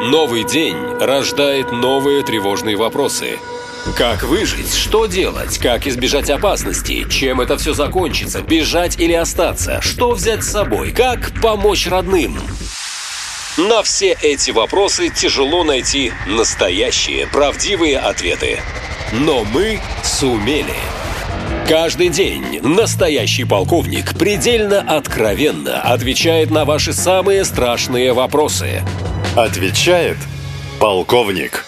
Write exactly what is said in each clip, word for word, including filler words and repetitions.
Новый день рождает новые тревожные вопросы. Как выжить? Что делать? Как избежать опасности? Чем это все закончится? Бежать или остаться? Что взять с собой? Как помочь родным? На все эти вопросы тяжело найти настоящие, правдивые ответы. Но мы сумели. Каждый день настоящий полковник предельно откровенно отвечает на ваши самые страшные вопросы. Отвечает полковник.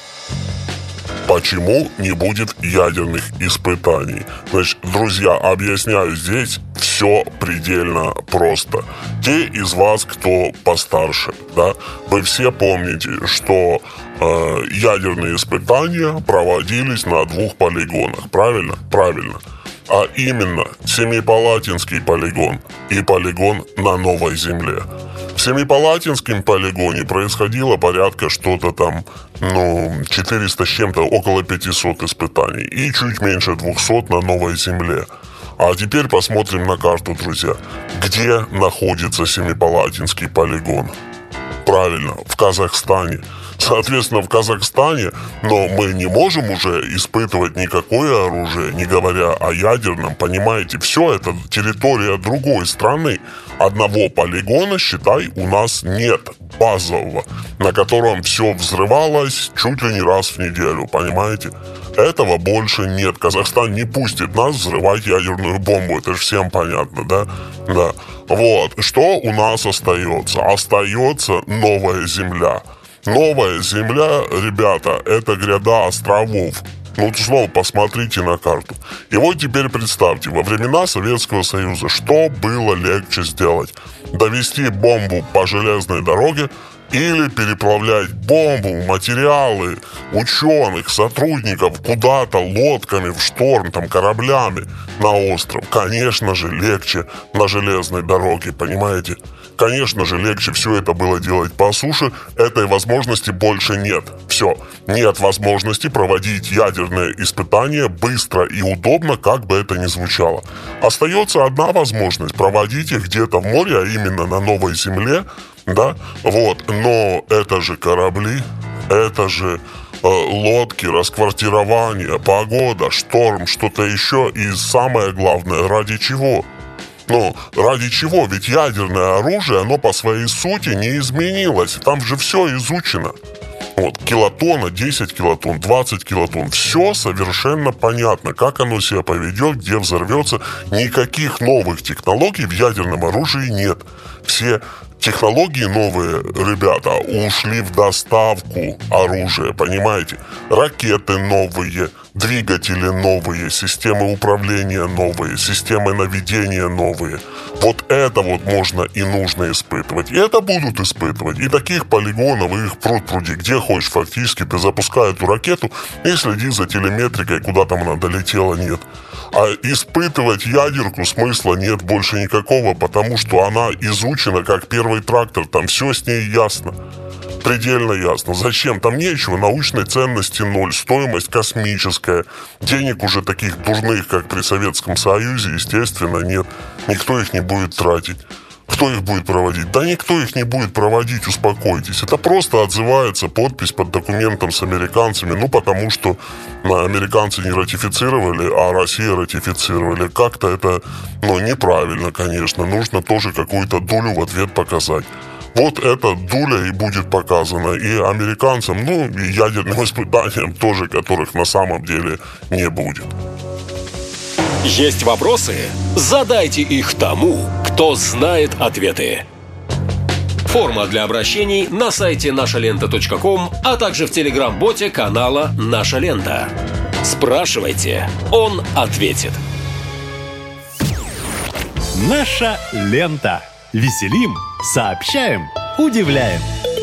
Почему не будет ядерных испытаний? Значит, друзья, объясняю здесь все предельно просто. Те из вас, кто постарше, да, вы все помните, что э, ядерные испытания проводились на двух полигонах, правильно? Правильно. А именно Семипалатинский полигон и полигон на Новой Земле. В Семипалатинском полигоне происходило порядка что-то там, ну, четыреста с чем-то, около пятьсот испытаний. И чуть меньше двухсот на Новой Земле. А теперь посмотрим на карту, друзья. Где находится Семипалатинский полигон? Правильно, в Казахстане. Соответственно, в Казахстане, но мы не можем уже испытывать никакое оружие, не говоря о ядерном, понимаете? Все это территория другой страны. Одного полигона, считай, у нас нет базового, на котором все взрывалось чуть ли не раз в неделю, понимаете? Этого больше нет. Казахстан не пустит нас взрывать ядерную бомбу, это же всем понятно, да? Да. Вот. Что у нас остается? Остается Новая Земля. Новая Земля, ребята, это гряда островов. Ну, снова посмотрите на карту. И вот теперь представьте, во времена Советского Союза что было легче сделать? Довести бомбу по железной дороге или переплавлять бомбу, материалы ученых, сотрудников куда-то лодками в шторм, там, кораблями на остров? Конечно же, легче на железной дороге, понимаете? Конечно же, легче все это было делать по суше. Этой возможности больше нет. Все. Нет возможности проводить ядерные испытания быстро и удобно, как бы это ни звучало. Остается одна возможность — проводить их где-то в море, а именно на Новой Земле. Да? Вот. Но это же корабли, это же э, лодки, расквартирование, погода, шторм, что-то еще. И самое главное, ради чего? Ну, ради чего? Ведь ядерное оружие, оно по своей сути не изменилось. Там же все изучено. Вот, килотонна, десять килотонн, двадцать килотонн. Все совершенно понятно, как оно себя поведет, где взорвется. Никаких новых технологий в ядерном оружии нет. Все технологии новые, ребята, ушли в доставку оружия, понимаете? Ракеты новые, двигатели новые, системы управления новые, системы наведения новые. Вот это вот можно и нужно испытывать. И это будут испытывать. И таких полигонов, и их пруд-пруди. Где хочешь, фактически, ты запускай эту ракету и следи за телеметрикой, куда там она долетела, нет. А испытывать ядерку смысла нет больше никакого, потому что она изучена как первый трактор. Там все с ней ясно. Предельно ясно. Зачем? Там нечего. Научной ценности ноль. Стоимость космическая. Денег уже таких дурных, как при Советском Союзе, естественно, нет. Никто их не будет тратить. Кто их будет проводить? Да никто их не будет проводить, успокойтесь. Это просто отзывается подпись под документом с американцами, ну, потому что американцы не ратифицировали, а Россия ратифицировали. Как-то это, ну, неправильно, конечно. Нужно тоже какую-то долю в ответ показать. Вот эта доля и будет показана и американцам, ну, и ядерным испытаниям тоже, которых на самом деле не будет. Есть вопросы? Задайте их тому, кто знает ответы. Форма для обращений на сайте наша лента точка ком, а также в телеграм-боте канала «Наша лента». Спрашивайте, он ответит. Наша лента. Веселим, сообщаем, удивляем.